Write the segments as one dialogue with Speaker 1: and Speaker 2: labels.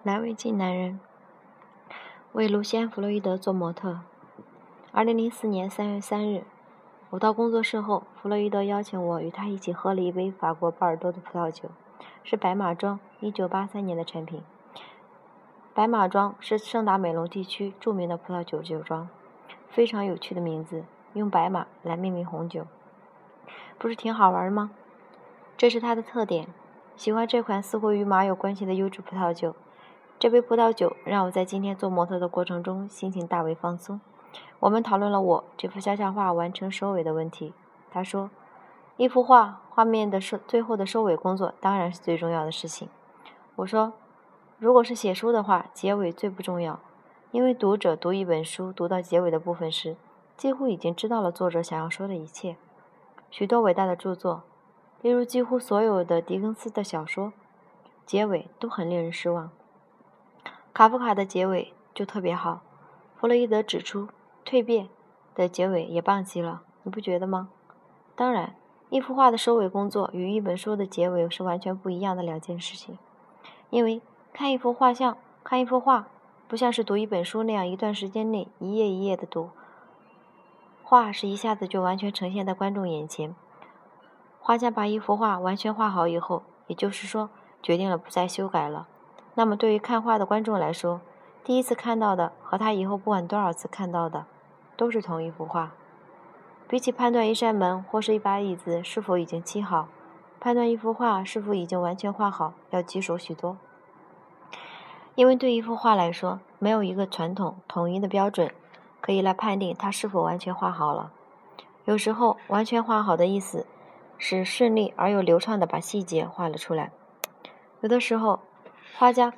Speaker 1: 难为进男人，为卢西安·弗洛伊德做模特。2004年3月3日，我到工作室后，弗洛伊德邀请我与他一起喝了一杯法国波尔多的葡萄酒，是白马庄1983年的产品。白马庄是圣达美隆地区著名的葡萄酒酒庄，非常有趣的名字，用白马来命名红酒，不是挺好玩吗？这是它的特点。喜欢这款似乎与马有关系的优质葡萄酒。这杯葡萄酒让我在今天做模特的过程中心情大为放松。我们讨论了我这幅肖像画完成收尾的问题。他说，一幅画面的最后的收尾工作当然是最重要的事情。我说，如果是写书的话，结尾最不重要，因为读者读一本书读到结尾的部分时，几乎已经知道了作者想要说的一切。许多伟大的著作，例如几乎所有的狄更斯的小说，结尾都很令人失望。卡夫卡的结尾就特别好。弗洛伊德指出，蜕变的结尾也棒极了，你不觉得吗？当然，一幅画的收尾工作与一本书的结尾是完全不一样的两件事情。因为看一幅画不像是读一本书那样一段时间内一页一页的读，画是一下子就完全呈现在观众眼前。画家把一幅画完全画好以后，也就是说决定了不再修改了，那么对于看画的观众来说，第一次看到的和他以后不管多少次看到的都是同一幅画。比起判断一扇门或是一把椅子是否已经漆好，判断一幅画是否已经完全画好要棘手许多。因为对一幅画来说，没有一个传统统一的标准可以来判定它是否完全画好了。有时候完全画好的意思是顺利而又流畅地把细节画了出来。有的时候画家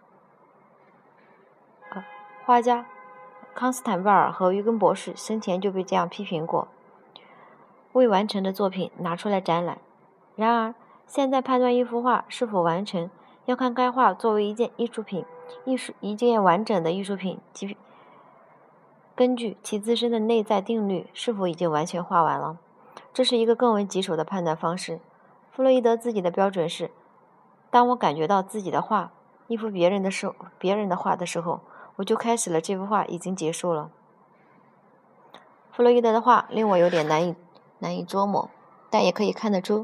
Speaker 1: 康斯坦贝尔和于根博士生前就被这样批评过，未完成的作品拿出来展览。然而现在判断一幅画是否完成，要看该画作为一件完整的艺术品，即根据其自身的内在定律是否已经完全画完了。这是一个更为棘手的判断方式。弗洛伊德自己的标准是，当我感觉到自己的画一幅别人的画的时候，我就开始了这幅画已经结束了。弗洛伊德的画令我有点难以捉摸，但也可以看得出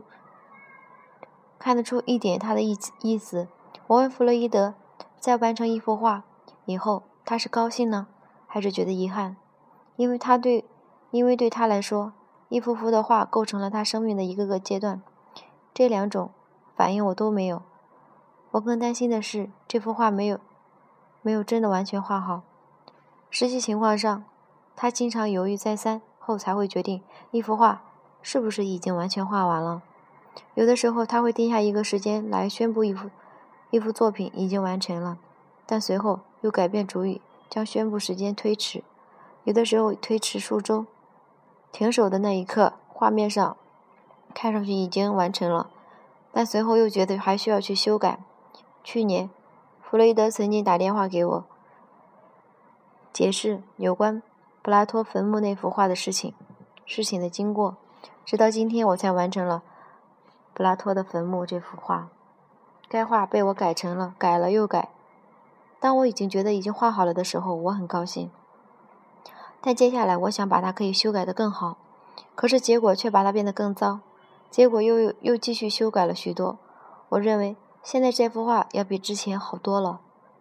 Speaker 1: 一点他的意思。我问弗洛伊德，在完成一幅画以后，他是高兴呢，还是觉得遗憾？因为对他来说，一幅幅的画构成了他生命的一个个阶段。这两种反应我都没有。我更担心的是，这幅画没有真的完全画好。实际情况上，他经常犹豫再三后才会决定一幅画是不是已经完全画完了。有的时候他会定下一个时间来宣布一幅作品已经完成了，但随后又改变主意，将宣布时间推迟。有的时候推迟数周，停手的那一刻，画面上看上去已经完成了，但随后又觉得还需要去修改。去年，弗洛伊德曾经打电话给我，解释有关柏拉图坟墓那幅画的事情的经过。直到今天我才完成了柏拉图的坟墓这幅画。该画被我改了又改。当我已经觉得已经画好了的时候，我很高兴。但接下来我想把它可以修改得更好，可是结果却把它变得更糟，结果又继续修改了许多。我认为现在这幅画要比之前好多了。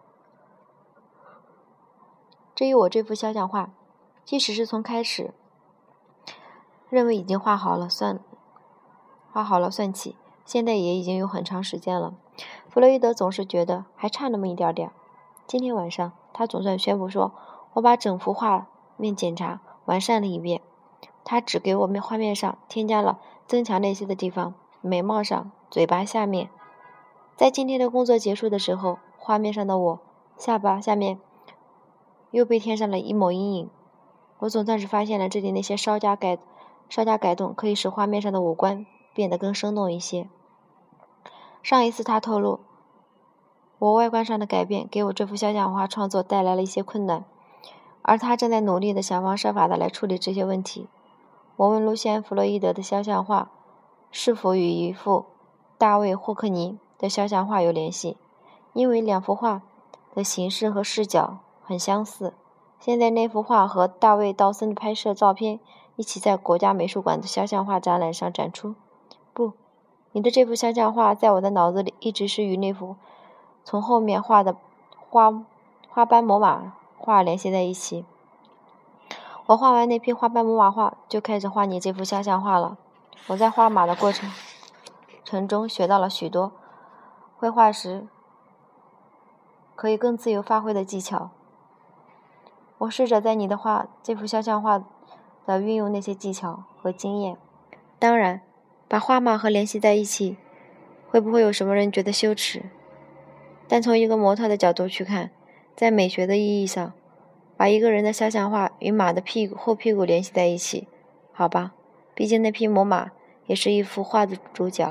Speaker 1: 至于我这幅肖像画，即使是从开始认为已经画好了算起，现在也已经有很长时间了。弗洛伊德总是觉得还差那么一点点。今天晚上他总算宣布说，我把整幅画面检查完善了一遍。他只给我们画面上添加了增强那些的地方，眉毛上、嘴巴下面。在今天的工作结束的时候，画面上的我下巴下面又被添上了一抹阴影。我总算是发现了这里那些稍加改动可以使画面上的五官变得更生动一些。上一次他透露，我外观上的改变给我这幅肖像画创作带来了一些困难，而他正在努力地想方设法地来处理这些问题。我问卢西安·弗洛伊德的肖像画是否与一幅大卫·霍克尼的肖像画有联系，因为两幅画的形式和视角很相似。现在那幅画和大卫·道森的拍摄照片一起在国家美术馆的肖像画展览上展出。不，你的这幅肖像画在我的脑子里一直是与那幅从后面画的花斑魔马画联系在一起。我画完那批花斑魔马画，就开始画你这幅肖像画了。我在画马的过程中学到了许多绘画时可以更自由发挥的技巧。我试着在你的这幅肖像画的运用那些技巧和经验。当然，把画马和联系在一起，会不会有什么人觉得羞耻？但从一个模特的角度去看，在美学的意义上，把一个人的肖像画与马的后屁股联系在一起，好吧，毕竟那匹魔马也是一幅画的主角。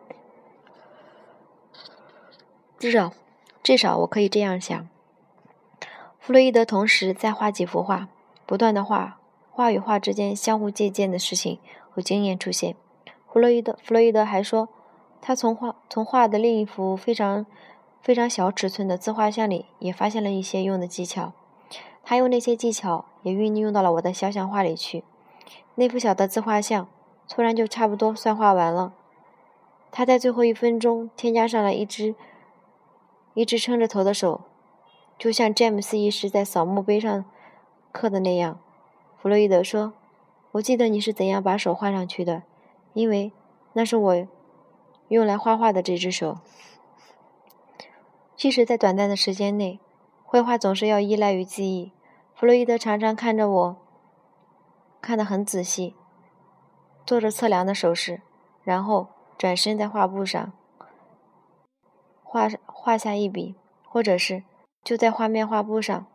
Speaker 1: 至少我可以这样想。弗洛伊德同时在画几幅画，不断的画与画之间相互借鉴的事情和经验出现。弗洛伊德还说，他从画的另一幅非常小尺寸的自画像里也发现了一些用的技巧。他用那些技巧也运用到了我的肖像画里去。那幅小的自画像突然就差不多算画完了。他在最后1分钟添加上了一只撑着头的手，就像詹姆斯一世在扫墓碑上刻的那样。弗洛伊德说，我记得你是怎样把手画上去的，因为那是我用来画画的这只手。即使在短暂的时间内，绘画总是要依赖于记忆。弗洛伊德常常看着我，看得很仔细，做着测量的手势，然后转身在画布上画下一笔，或者是就在画布上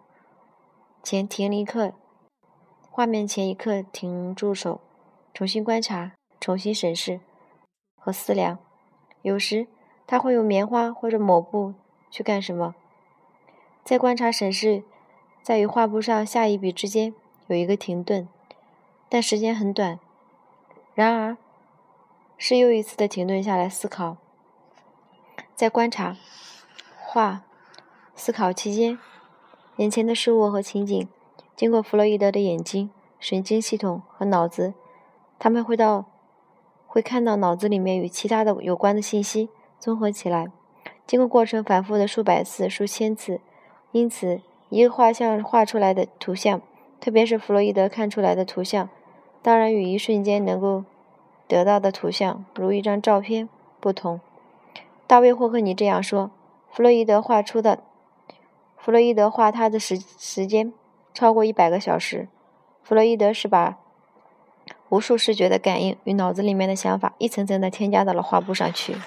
Speaker 1: 画面前一刻停住手，重新观察，重新审视和思量。有时他会用棉花或者抹布去干什么。在观察审视在与画布上下一笔之间有一个停顿，但时间很短，然而是又一次的停顿下来思考。在观察、思考期间，眼前的事物和情景经过弗洛伊德的眼睛、神经系统和脑子，他们会看到脑子里面与其他的有关的信息综合起来，经过过程反复的数百次、数千次。因此一个画像画出来的图像，特别是弗洛伊德看出来的图像，当然与一瞬间能够得到的图像，如一张照片不同。大卫·霍克尼这样说，弗洛伊德画他的时间超过100个小时。弗洛伊德是把无数视觉的感应与脑子里面的想法一层层的添加到了画布上去。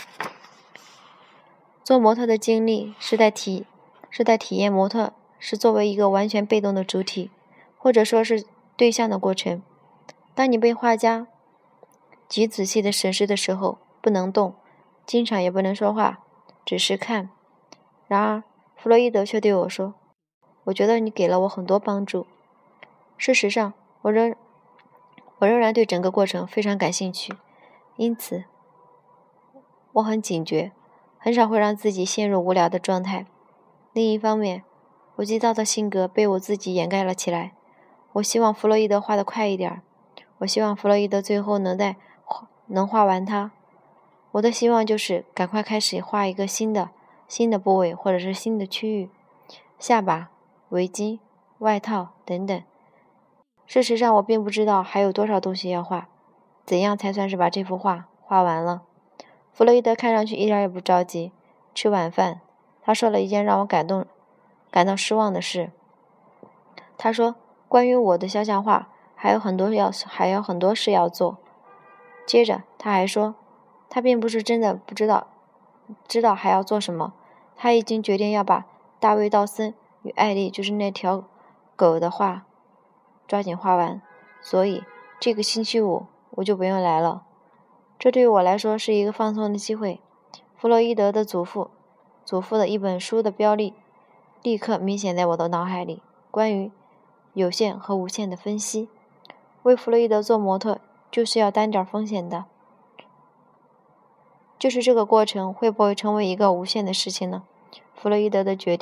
Speaker 1: 做模特的经历是在体验模特是作为一个完全被动的主体，或者说是对象的过程。当你被画家极仔细的审视的时候，不能动，经常也不能说话，只是看。然而弗洛伊德却对我说，我觉得你给了我很多帮助。事实上我仍然对整个过程非常感兴趣，因此我很警觉，很少会让自己陷入无聊的状态。另一方面，我急躁的性格被我自己掩盖了起来。我希望弗洛伊德画得快一点，我希望弗洛伊德最后能画完它。我的希望就是赶快开始画一个新的部位或者是新的区域，下巴、围巾、外套等等。事实上我并不知道还有多少东西要画，怎样才算是把这幅画画完了。弗洛伊德看上去一点也不着急。吃晚饭，他说了一件让我感到失望的事。他说，关于我的肖像画还有很多事要做。接着他还说，他并不是真的不知道还要做什么，他已经决定要把大卫·道森与艾丽，就是那条狗的画抓紧画完，所以这个星期五我就不用来了。这对于我来说是一个放松的机会。弗洛伊德的祖父的一本书的标立刻明显在我的脑海里，关于有限和无限的分析。为弗洛伊德做模特就是要担点风险的。就是这个过程会不会成为一个无限的事情呢？弗洛伊德的决定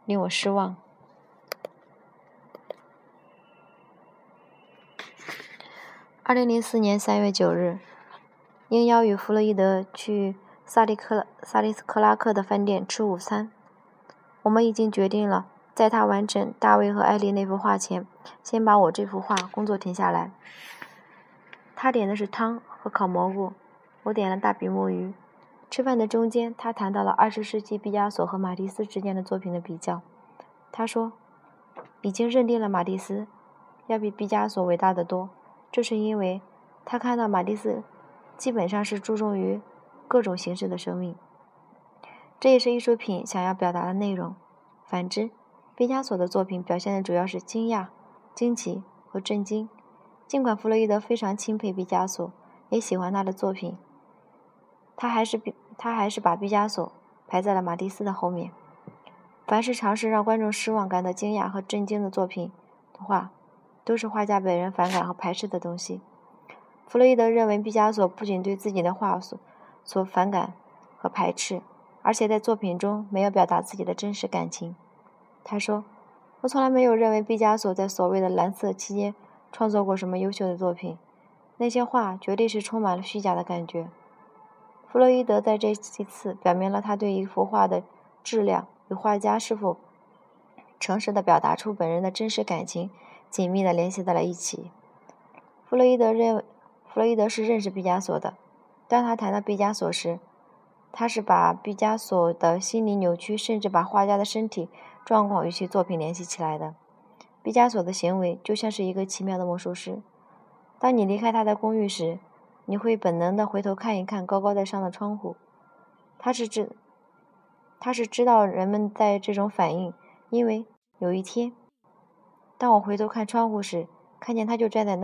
Speaker 1: 令我失望。2004年3月9日，应邀与弗洛伊德去萨利斯克拉克的饭店吃午餐。我们已经决定了，在他完成大卫和艾丽那幅画前，先把我这幅画工作停下来。他点的是汤和烤蘑菇，我点了大比目鱼。吃饭的中间，他谈到了20世纪毕加索和马蒂斯之间的作品的比较。他说，已经认定了马蒂斯要比毕加索伟大得多，这是因为他看到马蒂斯基本上是注重于各种形式的生命，这也是艺术品想要表达的内容。反之，毕加索的作品表现的主要是惊讶、惊奇和震惊。尽管弗洛伊德非常钦佩毕加索，也喜欢他的作品，他还是把毕加索排在了马蒂斯的后面。凡是尝试让观众失望、感到惊讶和震惊的作品的话，都是画家本人反感和排斥的东西。弗洛伊德认为毕加索不仅对自己的画所反感和排斥，而且在作品中没有表达自己的真实感情。他说，我从来没有认为毕加索在所谓的蓝色期间创作过什么优秀的作品，那些画绝对是充满了虚假的感觉。弗洛伊德在这一次表明了他对一幅画的质量与画家是否诚实地表达出本人的真实感情紧密地联系在了一起。弗洛伊德是认识毕加索的，当他谈到毕加索时，他是把毕加索的心理扭曲，甚至把画家的身体状况与其作品联系起来的。毕加索的行为就像是一个奇妙的魔术师。当你离开他的公寓时，你会本能地回头看一看高高在上的窗户。他是知道人们在这种反应，因为有一天，当我回头看窗户时，看见他就站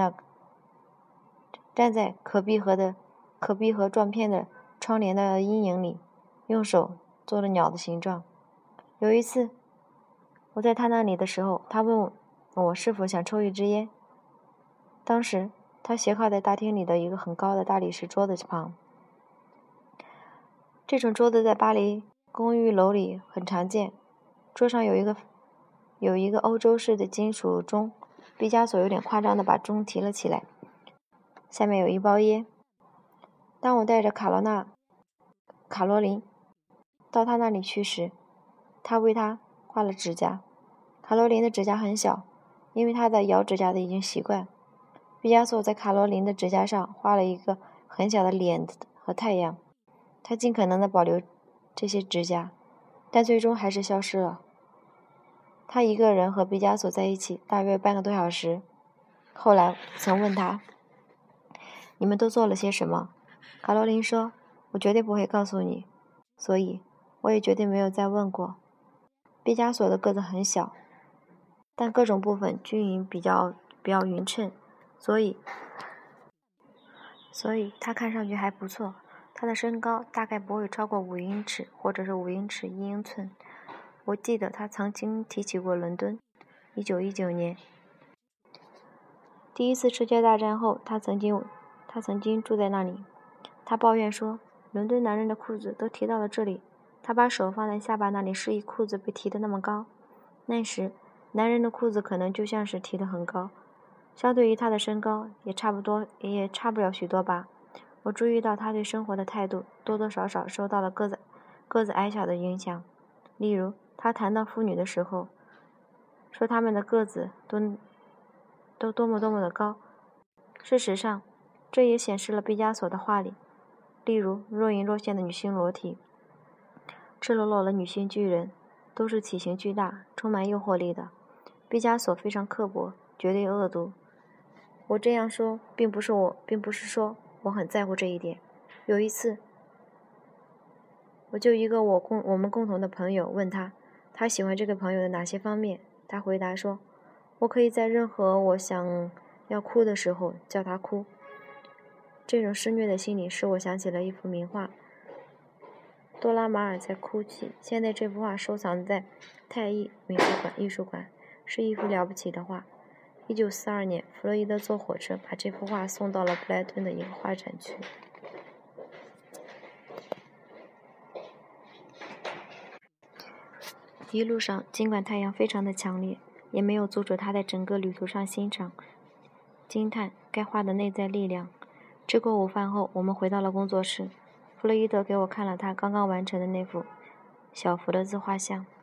Speaker 1: 在可闭合撞片的窗帘的阴影里，用手做了鸟的形状。有一次，我在他那里的时候，他问我是否想抽一支烟。当时他斜靠在大厅里的一个很高的大理石桌子旁。这种桌子在巴黎公寓楼里很常见，桌上有一个欧洲式的金属钟，毕加索有点夸张地把钟提了起来，下面有一包烟。当我带着卡罗琳到他那里去时，他为他画了指甲。卡罗琳的指甲很小，因为他的咬指甲的已经习惯。毕加索在卡罗琳的指甲上画了一个很小的脸和太阳，他尽可能地保留这些指甲，但最终还是消失了。他一个人和毕加索在一起大约半个多小时。后来曾问他，你们都做了些什么？卡罗琳说，我绝对不会告诉你，所以我也绝对没有再问过。毕加索的个子很小，但各种部分均匀，比较匀称，所以他看上去还不错。他的身高大概不会超过5英尺，或者是5英尺1英寸。我记得他曾经提起过伦敦。1919年，第一次世界大战后，他曾经住在那里。他抱怨说，伦敦男人的裤子都提到了这里。他把手放在下巴那里，示意裤子被提得那么高。那时，男人的裤子可能就像是提得很高，相对于他的身高，也差不了许多吧。我注意到他对生活的态度多多少少受到了个子矮小的影响。例如，他谈到妇女的时候，说她们的个子都多么的高。事实上，这也显示了毕加索的画里，例如若隐若现的女性裸体，赤裸裸的女性巨人，都是体型巨大、充满诱惑力的。毕加索非常刻薄，绝对恶毒。我这样说，并不是说我很在乎这一点。有一次，我就一个我们共同的朋友问他喜欢这个朋友的哪些方面。他回答说，我可以在任何我想要哭的时候叫他哭。这种施虐的心理使我想起了一幅名画，多拉马尔在哭泣。现在这幅画收藏在泰艺艺术馆，是一幅了不起的画。1942年，弗洛伊德坐火车把这幅画送到了布莱顿的一个画展去。 一路上，尽管太阳非常的强烈，也没有阻止他在整个旅途上欣赏、惊叹该画的内在力量。吃过午饭后，我们回到了工作室。弗洛伊德给我看了他刚刚完成的那幅小幅的自画像。